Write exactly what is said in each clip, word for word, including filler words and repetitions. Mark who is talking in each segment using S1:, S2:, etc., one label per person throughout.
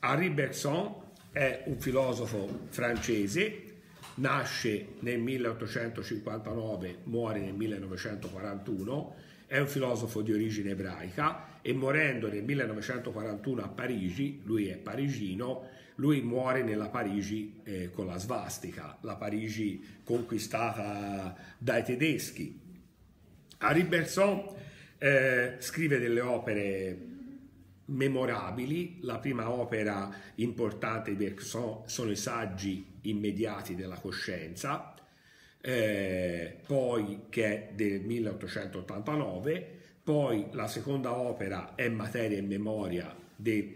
S1: Henri Bergson è un filosofo francese, nasce nel milleottocentocinquantanove, muore nel millenovecentoquarantuno, è un filosofo di origine ebraica e morendo nel millenovecentoquarantuno a Parigi, lui è parigino, lui muore nella Parigi eh, con la svastica, la Parigi conquistata dai tedeschi. Henri Bergson eh, scrive delle opere memorabili. La prima opera importante di Bergson sono i saggi immediati della coscienza, eh, poi che è del milleottocentottantanove, poi la seconda opera è Materia e Memoria del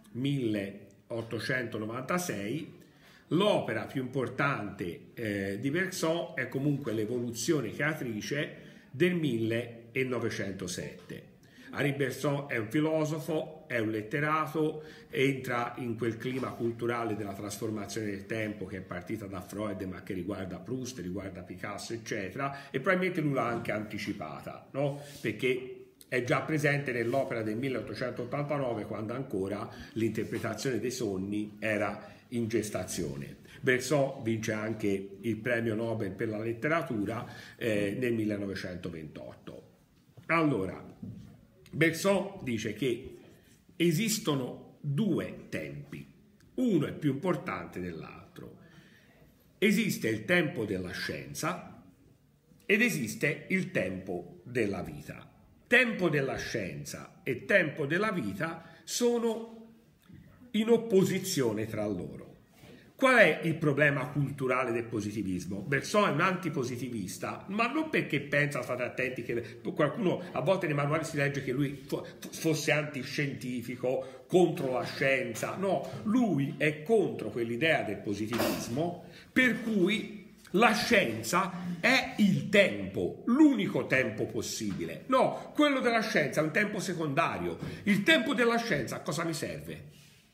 S1: milleottocentonovantasei. L'opera più importante eh, di Bergson è comunque l'Evoluzione creatrice del millenovecentosette. Henri Bergson è un filosofo, è un letterato, entra in quel clima culturale della trasformazione del tempo che è partita da Freud ma che riguarda Proust, riguarda Picasso eccetera, e probabilmente lui l'ha anche anticipata, no? Perché è già presente nell'opera del milleottocentottantanove, quando ancora l'interpretazione dei sogni era in gestazione. Bergson vince anche il premio Nobel per la letteratura eh, nel millenovecentoventotto. Allora, Bergson dice che esistono due tempi, uno è più importante dell'altro. Esiste il tempo della scienza ed esiste il tempo della vita. Tempo della scienza e tempo della vita sono in opposizione tra loro. Qual è il problema culturale del positivismo? Bergson è un antipositivista, ma non perché pensa, state attenti, che qualcuno a volte nei manuali si legge che lui fosse antiscientifico, contro la scienza. No, lui è contro quell'idea del positivismo per cui la scienza è il tempo, l'unico tempo possibile. No, quello della scienza è un tempo secondario. Il tempo della scienza a cosa mi serve?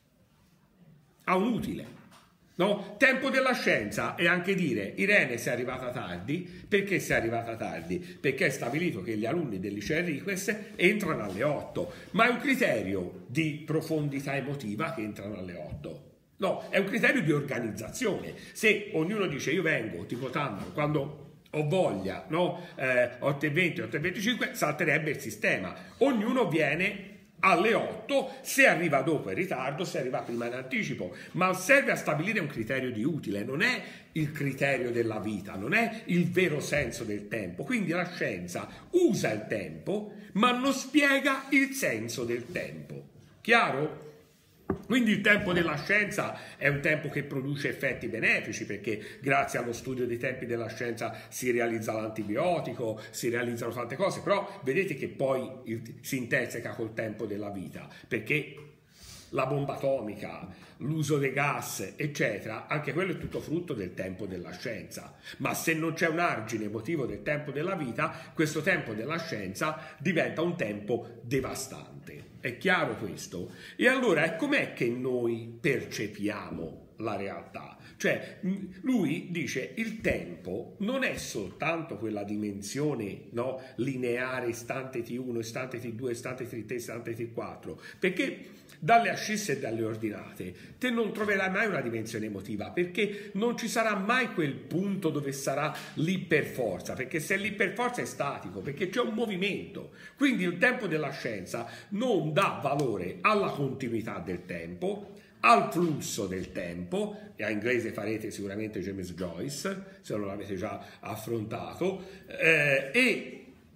S1: A un utile. No? Tempo della scienza è anche dire Irene sei arrivata tardi. Perché sei arrivata tardi? Perché è stabilito che gli alunni del liceo Enriquez entrano alle otto, ma è un criterio di profondità emotiva che entrano alle otto. No, è un criterio di organizzazione. Se ognuno dice io vengo tipo Tammaro quando ho voglia, no? eh, otto e venti, otto e venticinque, salterebbe il sistema. Ognuno viene alle otto, se arriva dopo è in ritardo, se arriva prima in anticipo, ma serve a stabilire un criterio di utile, non è il criterio della vita, non è il vero senso del tempo. Quindi la scienza usa il tempo, ma non spiega il senso del tempo. Chiaro? Quindi il tempo della scienza è un tempo che produce effetti benefici, perché grazie allo studio dei tempi della scienza si realizza l'antibiotico, si realizzano tante cose, però vedete che poi si interseca col tempo della vita, perché la bomba atomica, l'uso dei gas, eccetera, anche quello è tutto frutto del tempo della scienza. Ma se non c'è un argine emotivo del tempo della vita, questo tempo della scienza diventa un tempo devastante. È chiaro questo? E allora com'è che noi percepiamo la realtà? Cioè, lui dice il tempo non è soltanto quella dimensione, no, lineare, istante T uno, istante T due, istante T tre, istante T quattro, perché dalle ascisse e dalle ordinate te non troverai mai una dimensione emotiva, perché non ci sarà mai quel punto dove sarà lì per forza, perché se è lì per forza è statico, perché c'è un movimento. Quindi il tempo della scienza non dà valore alla continuità del tempo, al flusso del tempo, e a inglese farete sicuramente James Joyce, se non l'avete già affrontato, eh, e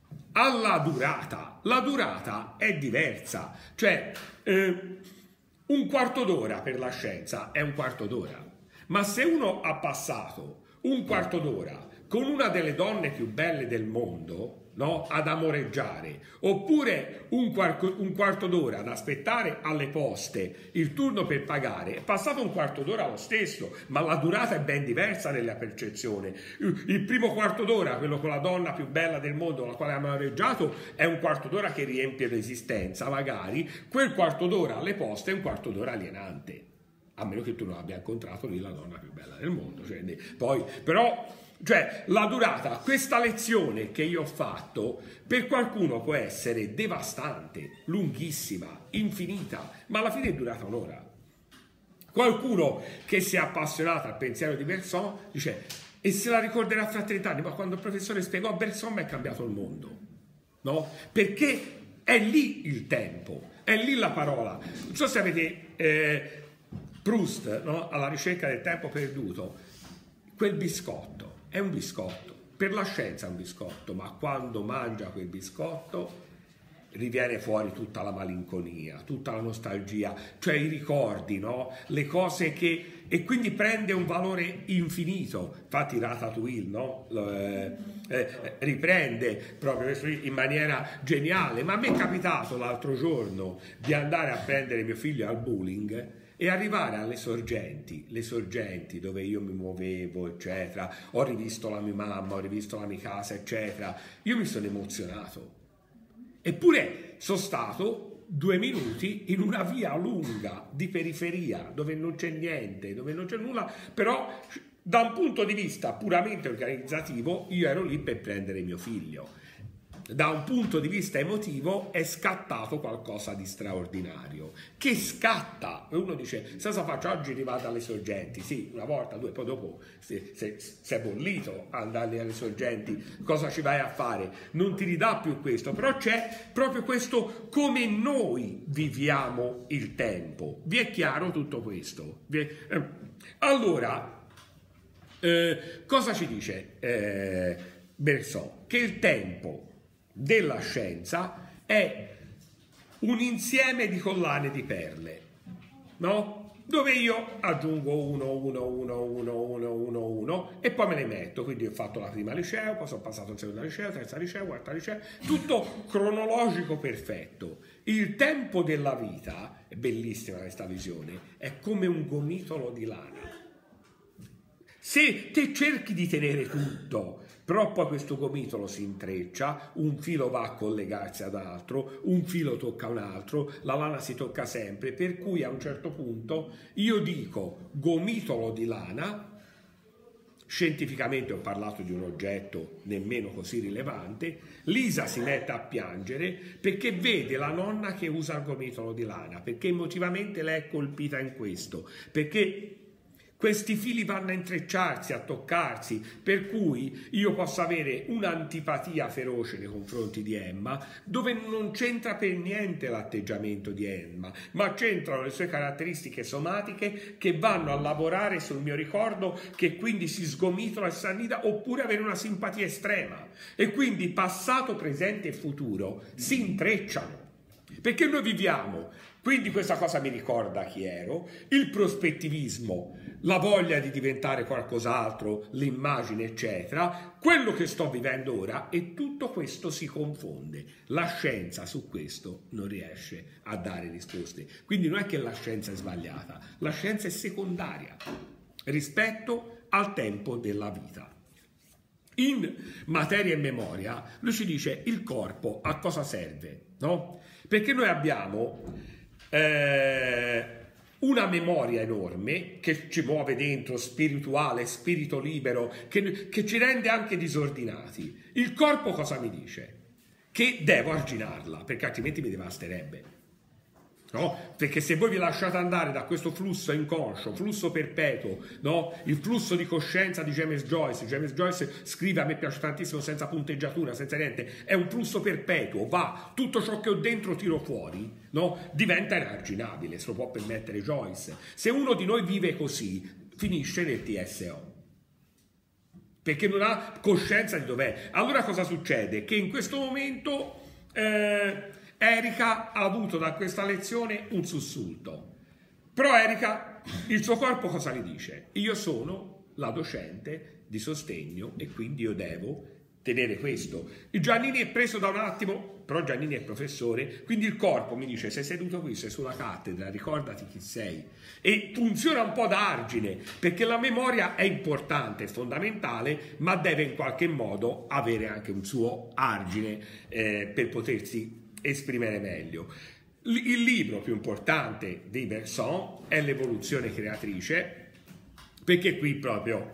S1: alla durata. La durata è diversa, cioè eh, un quarto d'ora per la scienza è un quarto d'ora, ma se uno ha passato un quarto d'ora con una delle donne più belle del mondo, no, ad amoreggiare, oppure un, quarto, un quarto d'ora ad aspettare alle poste il turno per pagare, è passato un quarto d'ora lo stesso, ma la durata è ben diversa nella percezione. Il primo quarto d'ora, quello con la donna più bella del mondo, la quale ha amoreggiato, è un quarto d'ora che riempie l'esistenza, magari quel quarto d'ora alle poste è un quarto d'ora alienante, a meno che tu non abbia incontrato lì la donna più bella del mondo. Cioè, poi, però, cioè, la durata, questa lezione che io ho fatto, per qualcuno può essere devastante, lunghissima, infinita, ma alla fine è durata un'ora. Qualcuno che si è appassionato al pensiero di Bergson dice, e se la ricorderà fra trent'anni, ma quando il professore spiegò Bergson mi è cambiato il mondo, no? Perché è lì il tempo, è lì la parola. Non so se avete eh, Proust, no? Alla ricerca del tempo perduto, quel biscotto è un biscotto, per la scienza è un biscotto, ma quando mangia quel biscotto riviene fuori tutta la malinconia, tutta la nostalgia, cioè i ricordi, no? Le cose che... e quindi prende un valore infinito. Infatti Ratatouille, no? Eh, eh, riprende proprio questo in maniera geniale. Ma a me è capitato l'altro giorno di andare a prendere mio figlio al bowling e arrivare alle sorgenti, le sorgenti dove io mi muovevo, eccetera. Ho rivisto la mia mamma, ho rivisto la mia casa, eccetera. Io mi sono emozionato. Eppure sono stato due minuti in una via lunga di periferia dove non c'è niente, dove non c'è nulla, però da un punto di vista puramente organizzativo io ero lì per prendere mio figlio. Da un punto di vista emotivo è scattato qualcosa di straordinario, che scatta, e uno dice, cosa faccio oggi arrivato alle sorgenti? Sì, una volta, due, poi dopo se, se, se è bollito andare alle sorgenti, cosa ci vai a fare? Non ti ridà più questo, però c'è proprio questo come noi viviamo il tempo. Vi è chiaro tutto questo? Vi è... eh. Allora, eh, cosa ci dice eh, Bergson? Che il tempo della scienza è un insieme di collane di perle, no? Dove io aggiungo uno, uno, uno, uno, uno, uno, uno e poi me ne metto. Quindi ho fatto la prima liceo, poi sono passato al secondo liceo, terza liceo, quarta liceo, tutto cronologico perfetto. Il tempo della vita, è bellissima questa visione, è come un gomitolo di lana. Se te cerchi di tenere tutto, però poi questo gomitolo si intreccia, un filo va a collegarsi ad altro, un filo tocca un altro, la lana si tocca sempre, per cui a un certo punto io dico gomitolo di lana. Scientificamente ho parlato di un oggetto nemmeno così rilevante. Lisa si mette a piangere perché vede la nonna che usa il gomitolo di lana, perché emotivamente lei è colpita in questo, perché questi fili vanno a intrecciarsi, a toccarsi, per cui io posso avere un'antipatia feroce nei confronti di Emma, dove non c'entra per niente l'atteggiamento di Emma, ma c'entrano le sue caratteristiche somatiche che vanno a lavorare sul mio ricordo, che quindi si sgomitola e si annida, oppure avere una simpatia estrema. E quindi passato, presente e futuro si intrecciano, perché noi viviamo. Quindi questa cosa mi ricorda chi ero, il prospettivismo, la voglia di diventare qualcos'altro, l'immagine, eccetera, quello che sto vivendo ora, e tutto questo si confonde. La scienza su questo non riesce a dare risposte. Quindi non è che la scienza è sbagliata, la scienza è secondaria rispetto al tempo della vita. In Materia e Memoria lui ci dice il corpo a cosa serve, no? Perché noi abbiamo Eh, una memoria enorme che ci muove dentro, spirituale, spirito libero, che, che ci rende anche disordinati. Il corpo cosa mi dice? Che devo arginarla, perché altrimenti mi devasterebbe. No? Perché se voi vi lasciate andare da questo flusso inconscio, flusso perpetuo, no? Il flusso di coscienza di James Joyce, James Joyce scrive, a me piace tantissimo, senza punteggiatura, senza niente, è un flusso perpetuo, va, tutto ciò che ho dentro tiro fuori, no? Diventa inarginabile, se lo può permettere Joyce. Se uno di noi vive così, finisce nel T S O, perché non ha coscienza di dov'è. Allora cosa succede? Che in questo momento eh, Erika ha avuto da questa lezione un sussulto, però Erika, il suo corpo cosa gli dice? Io sono la docente di sostegno e quindi io devo tenere questo. Il Giannini è preso da un attimo, però Giannini è professore, quindi il corpo mi dice: sei seduto qui, sei sulla cattedra, ricordati chi sei. E funziona un po' da argine, perché la memoria è importante, è fondamentale, ma deve in qualche modo avere anche un suo argine eh, per potersi esprimere meglio. Il libro più importante di Bergson è L'evoluzione creatrice, perché qui proprio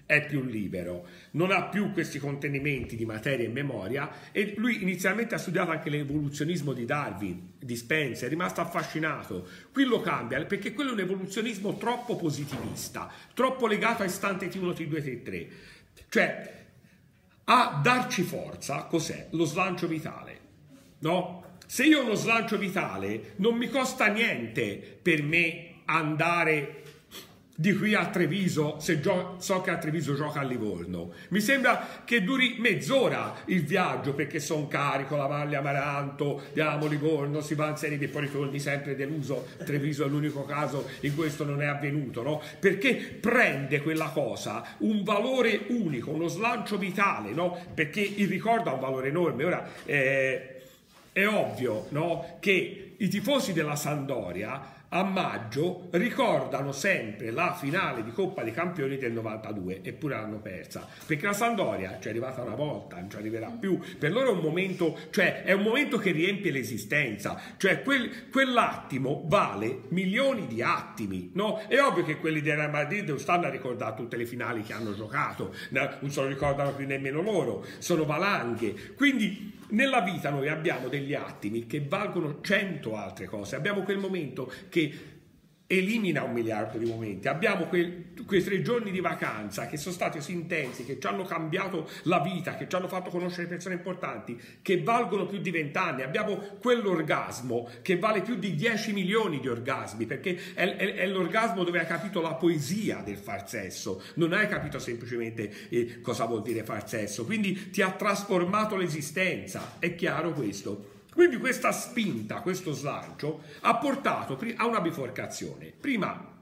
S1: è più libero, non ha più questi contenimenti di materia e memoria, e lui inizialmente ha studiato anche l'evoluzionismo di Darwin, di Spencer, è rimasto affascinato. Qui lo cambia perché quello è un evoluzionismo troppo positivista, troppo legato a istante T uno, T due, T tre, cioè a darci forza. Cos'è? Lo slancio vitale, no? Se io ho uno slancio vitale non mi costa niente per me andare di qui a Treviso, se so che a Treviso gioca a Livorno. Mi sembra che duri mezz'ora il viaggio, perché sono carico, la Valle Amaranto, andiamo a Livorno, si va in Serie B e poi ritorni sempre deluso. Treviso è l'unico caso in cui questo non è avvenuto, no? Perché prende quella cosa un valore unico, uno slancio vitale, no? Perché il ricordo ha un valore enorme. Ora, eh, è ovvio, no? Che i tifosi della Sampdoria a maggio ricordano sempre la finale di Coppa dei Campioni del novantadue, eppure l'hanno persa, perché la Sampdoria ci è arrivata una volta, non ci arriverà più. Per loro è un momento, cioè è un momento che riempie l'esistenza, cioè quel, quell'attimo vale milioni di attimi, no? È ovvio che quelli del Real Madrid non stanno a ricordare tutte le finali che hanno giocato, non se lo ricordano più nemmeno loro, sono valanghe. Quindi nella vita noi abbiamo degli attimi che valgono cento altre cose. Abbiamo quel momento che elimina un miliardo di momenti, abbiamo quei, quei tre giorni di vacanza che sono stati così intensi, che ci hanno cambiato la vita, che ci hanno fatto conoscere persone importanti, che valgono più di vent'anni. Abbiamo quell'orgasmo che vale più di dieci milioni di orgasmi, perché è, è, è l'orgasmo dove hai capito la poesia del far sesso, non hai capito semplicemente eh, cosa vuol dire far sesso, quindi ti ha trasformato l'esistenza, è chiaro questo. Quindi questa spinta, questo slancio ha portato a una biforcazione. Prima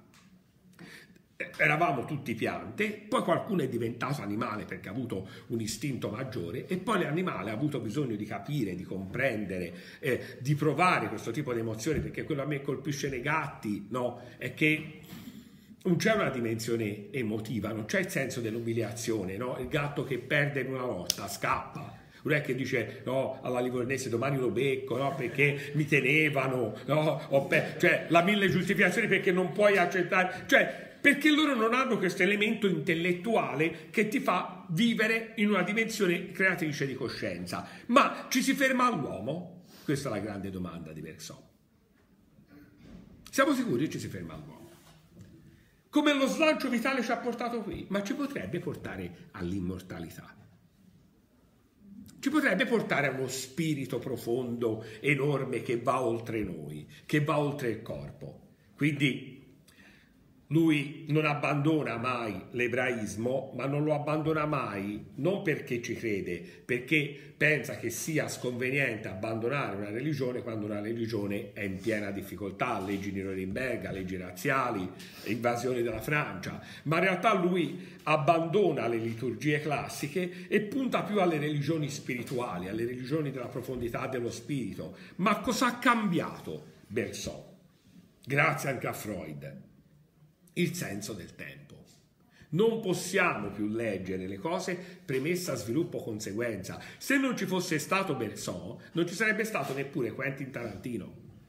S1: eravamo tutti piante, poi qualcuno è diventato animale perché ha avuto un istinto maggiore, e poi l'animale ha avuto bisogno di capire, di comprendere, eh, di provare questo tipo di emozioni, perché quello a me colpisce nei gatti, no? È che non c'è una dimensione emotiva, non c'è il senso dell'umiliazione, no? Il gatto che perde in una lotta scappa. Non è che dice no alla livornese domani lo becco, no, perché mi tenevano, no, o per, cioè la mille giustificazioni perché non puoi accettare, cioè perché loro non hanno questo elemento intellettuale che ti fa vivere in una dimensione creatrice di coscienza. Ma ci si ferma all'uomo? Questa è la grande domanda di Bergson. Siamo sicuri che ci si ferma all'uomo? Come lo slancio vitale ci ha portato qui, ma ci potrebbe portare all'immortalità. Ci potrebbe portare a uno spirito profondo, enorme, che va oltre noi, che va oltre il corpo. Quindi lui non abbandona mai l'ebraismo, ma non lo abbandona mai non perché ci crede, perché pensa che sia sconveniente abbandonare una religione quando una religione è in piena difficoltà, leggi di Norimberga, leggi razziali, invasioni della Francia, ma in realtà lui abbandona le liturgie classiche e punta più alle religioni spirituali, alle religioni della profondità dello spirito. Ma cosa ha cambiato Bergson? Grazie anche a Freud. Il senso del tempo. Non possiamo più leggere le cose premessa, sviluppo, conseguenza. Se non ci fosse stato Bergson, non ci sarebbe stato neppure Quentin Tarantino.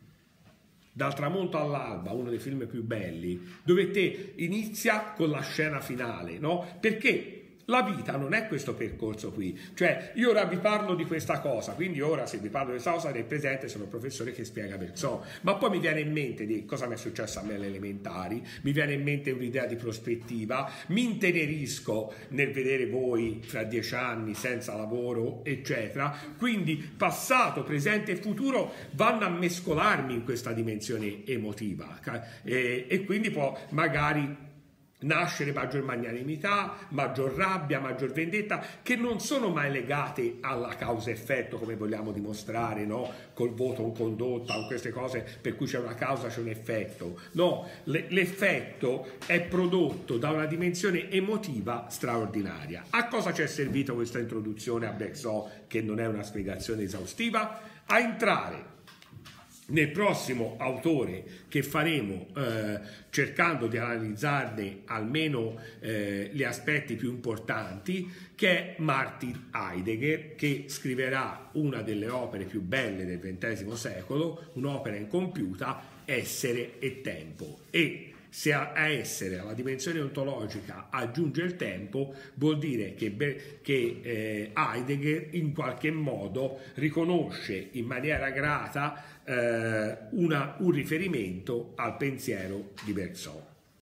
S1: Dal tramonto all'alba, uno dei film più belli, dove te inizia con la scena finale, no? Perché la vita non è questo percorso qui, cioè io ora vi parlo di questa cosa, quindi ora se vi parlo di questa cosa nel presente sono il professore che spiega Bergson, ma poi mi viene in mente di cosa mi è successo a me alle elementari, mi viene in mente un'idea di prospettiva, mi intenerisco nel vedere voi fra dieci anni senza lavoro, eccetera, quindi passato, presente e futuro vanno a mescolarmi in questa dimensione emotiva e, e quindi può magari nascere maggior magnanimità, maggior rabbia, maggior vendetta, che non sono mai legate alla causa-effetto come vogliamo dimostrare, no? Col voto in condotta, con queste cose per cui c'è una causa, c'è un effetto. No, l'effetto è prodotto da una dimensione emotiva straordinaria. A cosa ci è servita questa introduzione a Bergson, che non è una spiegazione esaustiva? A entrare nel prossimo autore che faremo eh, cercando di analizzarne almeno eh, gli aspetti più importanti, che è Martin Heidegger, che scriverà una delle opere più belle del ventesimo secolo, un'opera incompiuta, Essere e Tempo. E se a essere alla dimensione ontologica aggiunge il tempo, vuol dire che, che eh, Heidegger in qualche modo riconosce in maniera grata eh, una, un riferimento al pensiero di Bergson.